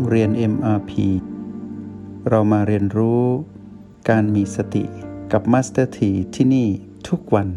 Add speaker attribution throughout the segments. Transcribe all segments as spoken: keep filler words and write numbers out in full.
Speaker 1: เรียน เอ็ม อาร์ พี เรามาเรียนรู้การมีสติกับ Master T ที่นี่ทุกวัน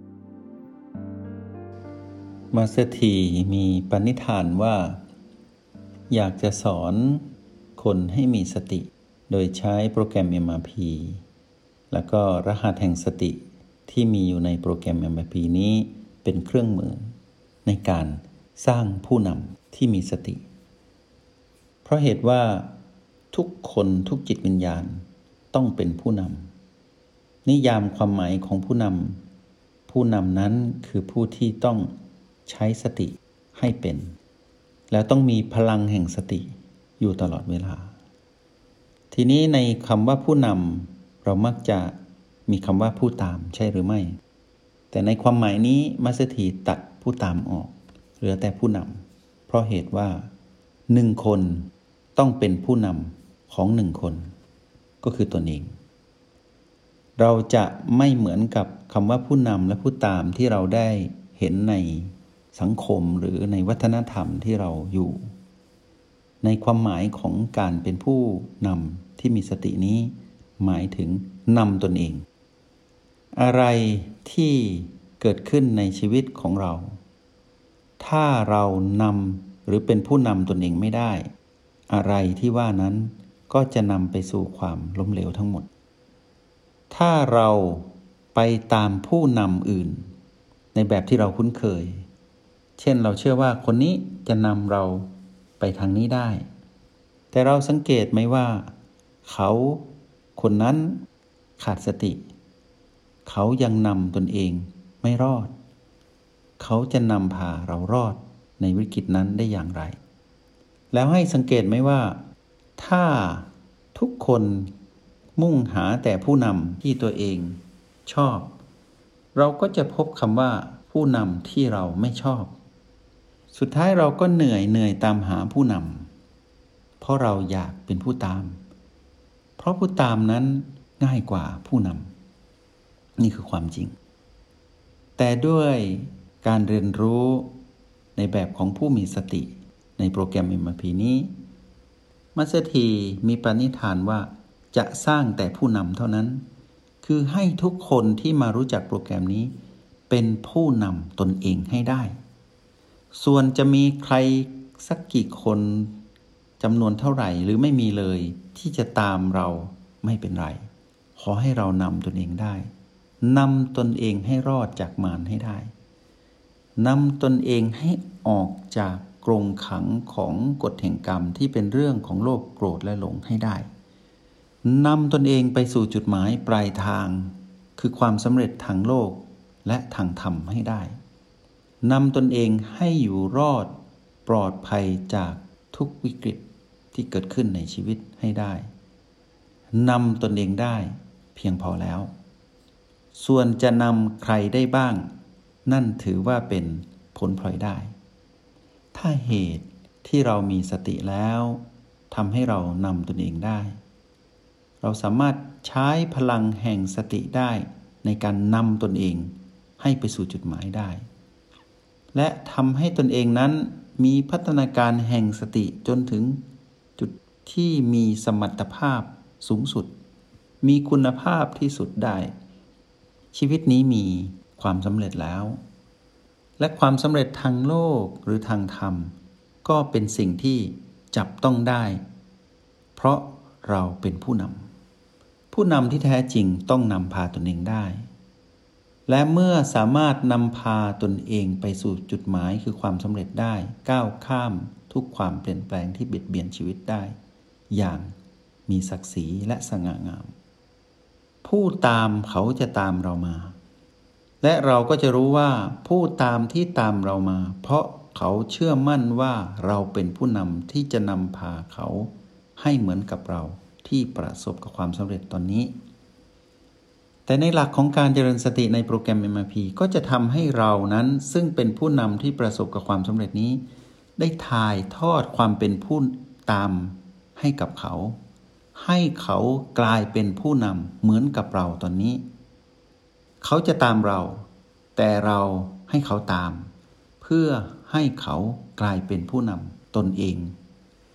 Speaker 1: Master T มีปณิธานว่าอยากจะสอนคนให้มีสติโดยใช้โปรแกรม เอ็ม อาร์ พี แล้วก็รหัสแห่งสติที่มีอยู่ในโปรแกรม เอ็ม อาร์ พี นี้เป็นเครื่องมือในการสร้างผู้นำที่มีสติเพราะเหตุว่าทุกคนทุกจิตวิญญาณต้องเป็นผู้นำนิยามความหมายของผู้นำผู้นำนั้นคือผู้ที่ต้องใช้สติให้เป็นแล้วต้องมีพลังแห่งสติอยู่ตลอดเวลาทีนี้ในคำว่าผู้นำเรามักจะมีคำว่าผู้ตามใช่หรือไม่แต่ในความหมายนี้มัสถีตัดผู้ตามออกเหลือแต่ผู้นำเพราะเหตุว่าหนึ่งคนต้องเป็นผู้นำของหนึ่งคนก็คือตนเองเราจะไม่เหมือนกับคำว่าผู้นำและผู้ตามที่เราได้เห็นในสังคมหรือในวัฒนธรรมที่เราอยู่ในความหมายของการเป็นผู้นำที่มีสตินี้หมายถึงนำตนเองอะไรที่เกิดขึ้นในชีวิตของเราถ้าเรานำหรือเป็นผู้นำตนเองไม่ได้อะไรที่ว่านั้นก็จะนำไปสู่ความล้มเหลวทั้งหมดถ้าเราไปตามผู้นำอื่นในแบบที่เราคุ้นเคยเช่นเราเชื่อว่าคนนี้จะนำเราไปทางนี้ได้แต่เราสังเกตไหมว่าเขาคนนั้นขาดสติเขายังนำตนเองไม่รอดเขาจะนำพาเรารอดในวิกฤตนั้นได้อย่างไรแล้วให้สังเกตไหมว่าถ้าทุกคนมุ่งหาแต่ผู้นำที่ตัวเองชอบเราก็จะพบคำว่าผู้นำที่เราไม่ชอบสุดท้ายเราก็เหนื่อยเหนื่อยตามหาผู้นำเพราะเราอยากเป็นผู้ตามเพราะผู้ตามนั้นง่ายกว่าผู้นำนี่คือความจริงแต่ด้วยการเรียนรู้ในแบบของผู้มีสติในโปรแกรม เอ็ม อาร์ พี นี้มัสถีมีปณิธานว่าจะสร้างแต่ผู้นำเท่านั้นคือให้ทุกคนที่มารู้จักโปรแกรมนี้เป็นผู้นำตนเองให้ได้ส่วนจะมีใครสักกี่คนจำนวนเท่าไหร่หรือไม่มีเลยที่จะตามเราไม่เป็นไรขอให้เรานำตนเองได้นำตนเองให้รอดจากมารให้ได้นำตนเองให้ออกจากกรงขังของกฎแห่งกรรมที่เป็นเรื่องของโลภโกรธและหลงให้ได้นำตนเองไปสู่จุดหมายปลายทางคือความสำเร็จทางโลกและทางธรรมให้ได้นำตนเองให้อยู่รอดปลอดภัยจากทุกวิกฤตที่เกิดขึ้นในชีวิตให้ได้นำตนเองได้เพียงพอแล้วส่วนจะนำใครได้บ้างนั่นถือว่าเป็นผลพลอยได้ถ้าเหตุที่เรามีสติแล้วทำให้เรานำตนเองได้เราสามารถใช้พลังแห่งสติได้ในการนำตนเองให้ไปสู่จุดหมายได้และทำให้ตนเองนั้นมีพัฒนาการแห่งสติจนถึงจุดที่มีสมรรถภาพสูงสุดมีคุณภาพที่สุดได้ชีวิตนี้มีความสำเร็จแล้วและความสำเร็จทางโลกหรือทางธรรมก็เป็นสิ่งที่จับต้องได้เพราะเราเป็นผู้นำผู้นำที่แท้จริงต้องนำพาตนเองได้และเมื่อสามารถนำพาตนเองไปสู่จุดหมายคือความสำเร็จได้ก้าวข้ามทุกความเปลี่ยนแปลงที่เบียดเบียนชีวิตได้อย่างมีศักดิ์ศรีและสง่างามผู้ตามเขาจะตามเรามาและเราก็จะรู้ว่าผู้ตามที่ตามเรามาเพราะเขาเชื่อมั่นว่าเราเป็นผู้นำที่จะนำพาเขาให้เหมือนกับเราที่ประสบกับความสำเร็จตอนนี้แต่ในหลักของการเจริญสติในโปรแกรม เอ็ม อาร์ พี ก็จะทำให้เรานั้นซึ่งเป็นผู้นำที่ประสบกับความสำเร็จนี้ได้ถ่ายทอดความเป็นผู้ตามให้กับเขาให้เขากลายเป็นผู้นำเหมือนกับเราตอนนี้เขาจะตามเราแต่เราให้เขาตามเพื่อให้เขากลายเป็นผู้นำตนเอง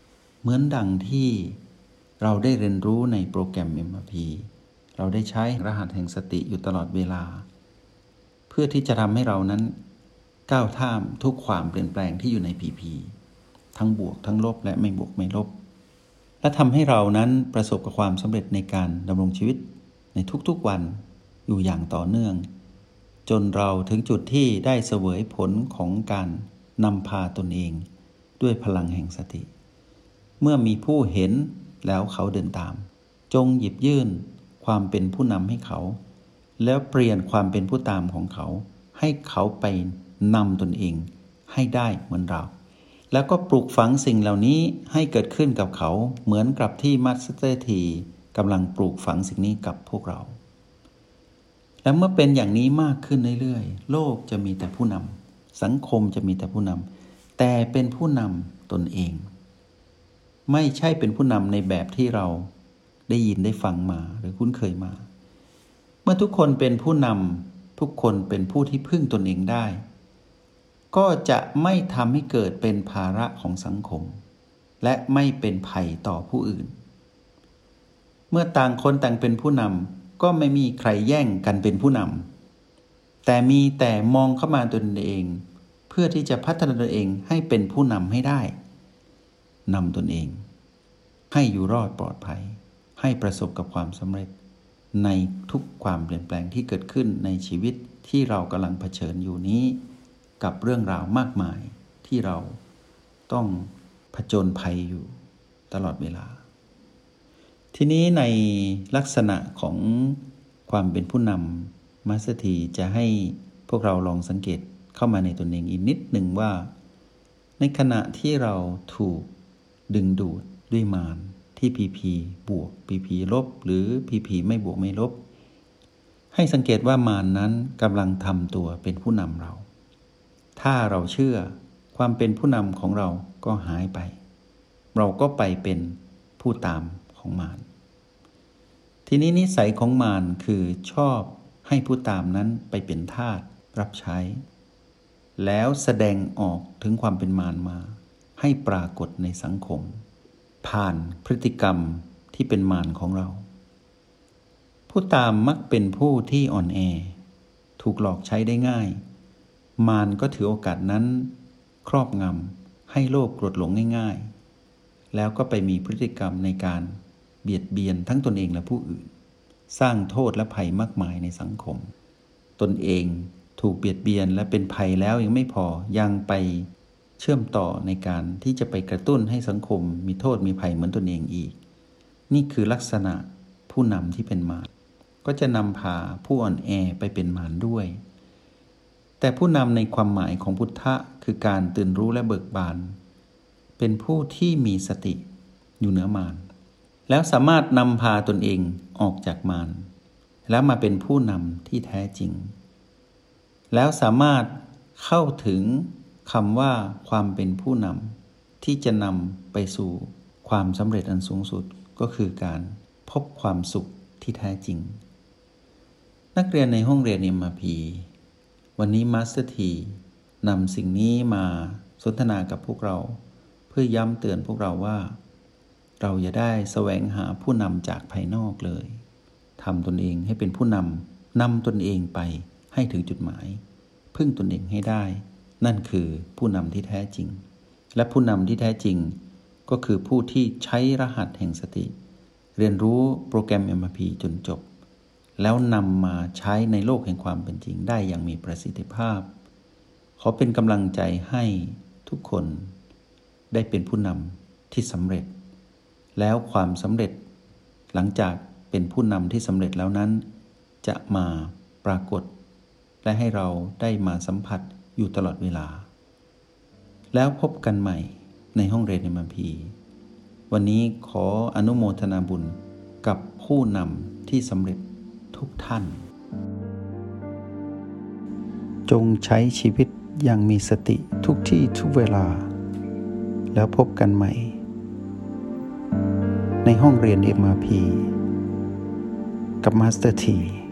Speaker 1: เหมือนดังที่เราได้เรียนรู้ในโปรแกรม เอ็ม อาร์ พี เราได้ใช้รหัสแห่งสติอยู่ตลอดเวลาเพื่อที่จะทำให้เรานั้นก้าวข้ามทุกความเปลี่ยนแปลงที่อยู่ใน พี พี ทั้งบวกทั้งลบและไม่บวกไม่ลบและทำให้เรานั้นประสบกับความสำเร็จในการดำรงชีวิตในทุกๆวันอยู่อย่างต่อเนื่องจนเราถึงจุดที่ได้เสวยผลของการนำพาตนเองด้วยพลังแห่งสติเมื่อมีผู้เห็นแล้วเขาเดินตามจงหยิบยื่นความเป็นผู้นำให้เขาแล้วเปลี่ยนความเป็นผู้ตามของเขาให้เขาไปนำตนเองให้ได้เหมือนเราแล้วก็ปลูกฝังสิ่งเหล่านี้ให้เกิดขึ้นกับเขาเหมือนกับที่มัสเตอร์ทีกำลังปลูกฝังสิ่งนี้กับพวกเราและเมื่อเป็นอย่างนี้มากขึ้นเรื่อยๆโลกจะมีแต่ผู้นำสังคมจะมีแต่ผู้นำแต่เป็นผู้นำตนเองไม่ใช่เป็นผู้นำในแบบที่เราได้ยินได้ฟังมาหรือคุ้นเคยมาเมื่อทุกคนเป็นผู้นำทุกคนเป็นผู้ที่พึ่งตนเองได้ก็จะไม่ทำให้เกิดเป็นภาระของสังคมและไม่เป็นภัยต่อผู้อื่นเมื่อต่างคนต่างเป็นผู้นำก็ไม่มีใครแย่งกันเป็นผู้นำแต่มีแต่มองเข้ามาตนเองเพื่อที่จะพัฒนาตนเองให้เป็นผู้นำให้ได้นำตนเองให้อยู่รอดปลอดภัยให้ประสบกับความสำเร็จในทุกความเปลี่ยนแปลงที่เกิดขึ้นในชีวิตที่เรากำลังเผชิญอยู่นี้กับเรื่องราวมากมายที่เราต้องผจญภัยอยู่ตลอดเวลาทีนี้ในลักษณะของความเป็นผู้นำมาสเตอร์ทีจะให้พวกเราลองสังเกตเข้ามาในตนเองอีกนิดหนึ่งว่าในขณะที่เราถูกดึงดูดด้วยมารที่ พี พี บวก พี พี ลบหรือ พี พี ไม่บวกไม่ลบให้สังเกตว่ามารนั้นกำลังทำตัวเป็นผู้นำเราถ้าเราเชื่อความเป็นผู้นำของเราก็หายไปเราก็ไปเป็นผู้ตามของมารทีนี้นิสัยของมารคือชอบให้ผู้ตามนั้นไปเป็นทาสรับใช้แล้วแสดงออกถึงความเป็นมารมาให้ปรากฏในสังคมผ่านพฤติกรรมที่เป็นมารของเราผู้ตามมักเป็นผู้ที่อ่อนแอถูกหลอกใช้ได้ง่ายมารก็ถือโอกาสนั้นครอบงำให้โลภโกรธหลงง่ายๆแล้วก็ไปมีพฤติกรรมในการเบียดเบียนทั้งตนเองและผู้อื่นสร้างโทษและภัยมากมายในสังคมตนเองถูกเบียดเบียนและเป็นภัยแล้วยังไม่พอยังไปเชื่อมต่อในการที่จะไปกระตุ้นให้สังคมมีโทษมีภัยเหมือนตนเองอีกนี่คือลักษณะผู้นำที่เป็นมารก็จะนำพาผู้อ่อนแอไปเป็นมารด้วยแต่ผู้นำในความหมายของพุทธะคือการตื่นรู้และเบิกบานเป็นผู้ที่มีสติอยู่เหนือมารแล้วสามารถนำพาตนเองออกจากมารแล้วมาเป็นผู้นำที่แท้จริงแล้วสามารถเข้าถึงคำว่าความเป็นผู้นำที่จะนำไปสู่ความสำเร็จอันสูงสุดก็คือการพบความสุขที่แท้จริงนักเรียนในห้องเรียน เอ็ม อาร์ พี วันนี้มาสเตอร์ทีนำสิ่งนี้มาสนทนากับพวกเราเพื่อย้ำเตือนพวกเราว่าเราอย่าได้แสวงหาผู้นำจากภายนอกเลยทำตนเองให้เป็นผู้นำนำตนเองไปให้ถึงจุดหมายพึ่งตนเองให้ได้นั่นคือผู้นำที่แท้จริงและผู้นำที่แท้จริงก็คือผู้ที่ใช้รหัสแห่งสติเรียนรู้โปรแกรม เอ็ม อาร์ พี จนจบแล้วนำมาใช้ในโลกแห่งความเป็นจริงได้อย่างมีประสิทธิภาพขอเป็นกำลังใจให้ทุกคนได้เป็นผู้นำที่สำเร็จแล้วความสำเร็จหลังจากเป็นผู้นำที่สำเร็จแล้วนั้นจะมาปรากฏและให้เราได้มาสัมผัสอยู่ตลอดเวลาแล้วพบกันใหม่ในห้องเรียน เอ็ม อาร์ พี วันนี้ขออนุโมทนาบุญกับผู้นำที่สำเร็จทุกท่านจงใช้ชีวิตอย่างมีสติทุกที่ทุกเวลาแล้วพบกันใหม่ในห้องเรียน เอ็ม อาร์ พี กับมาสเตอร์ที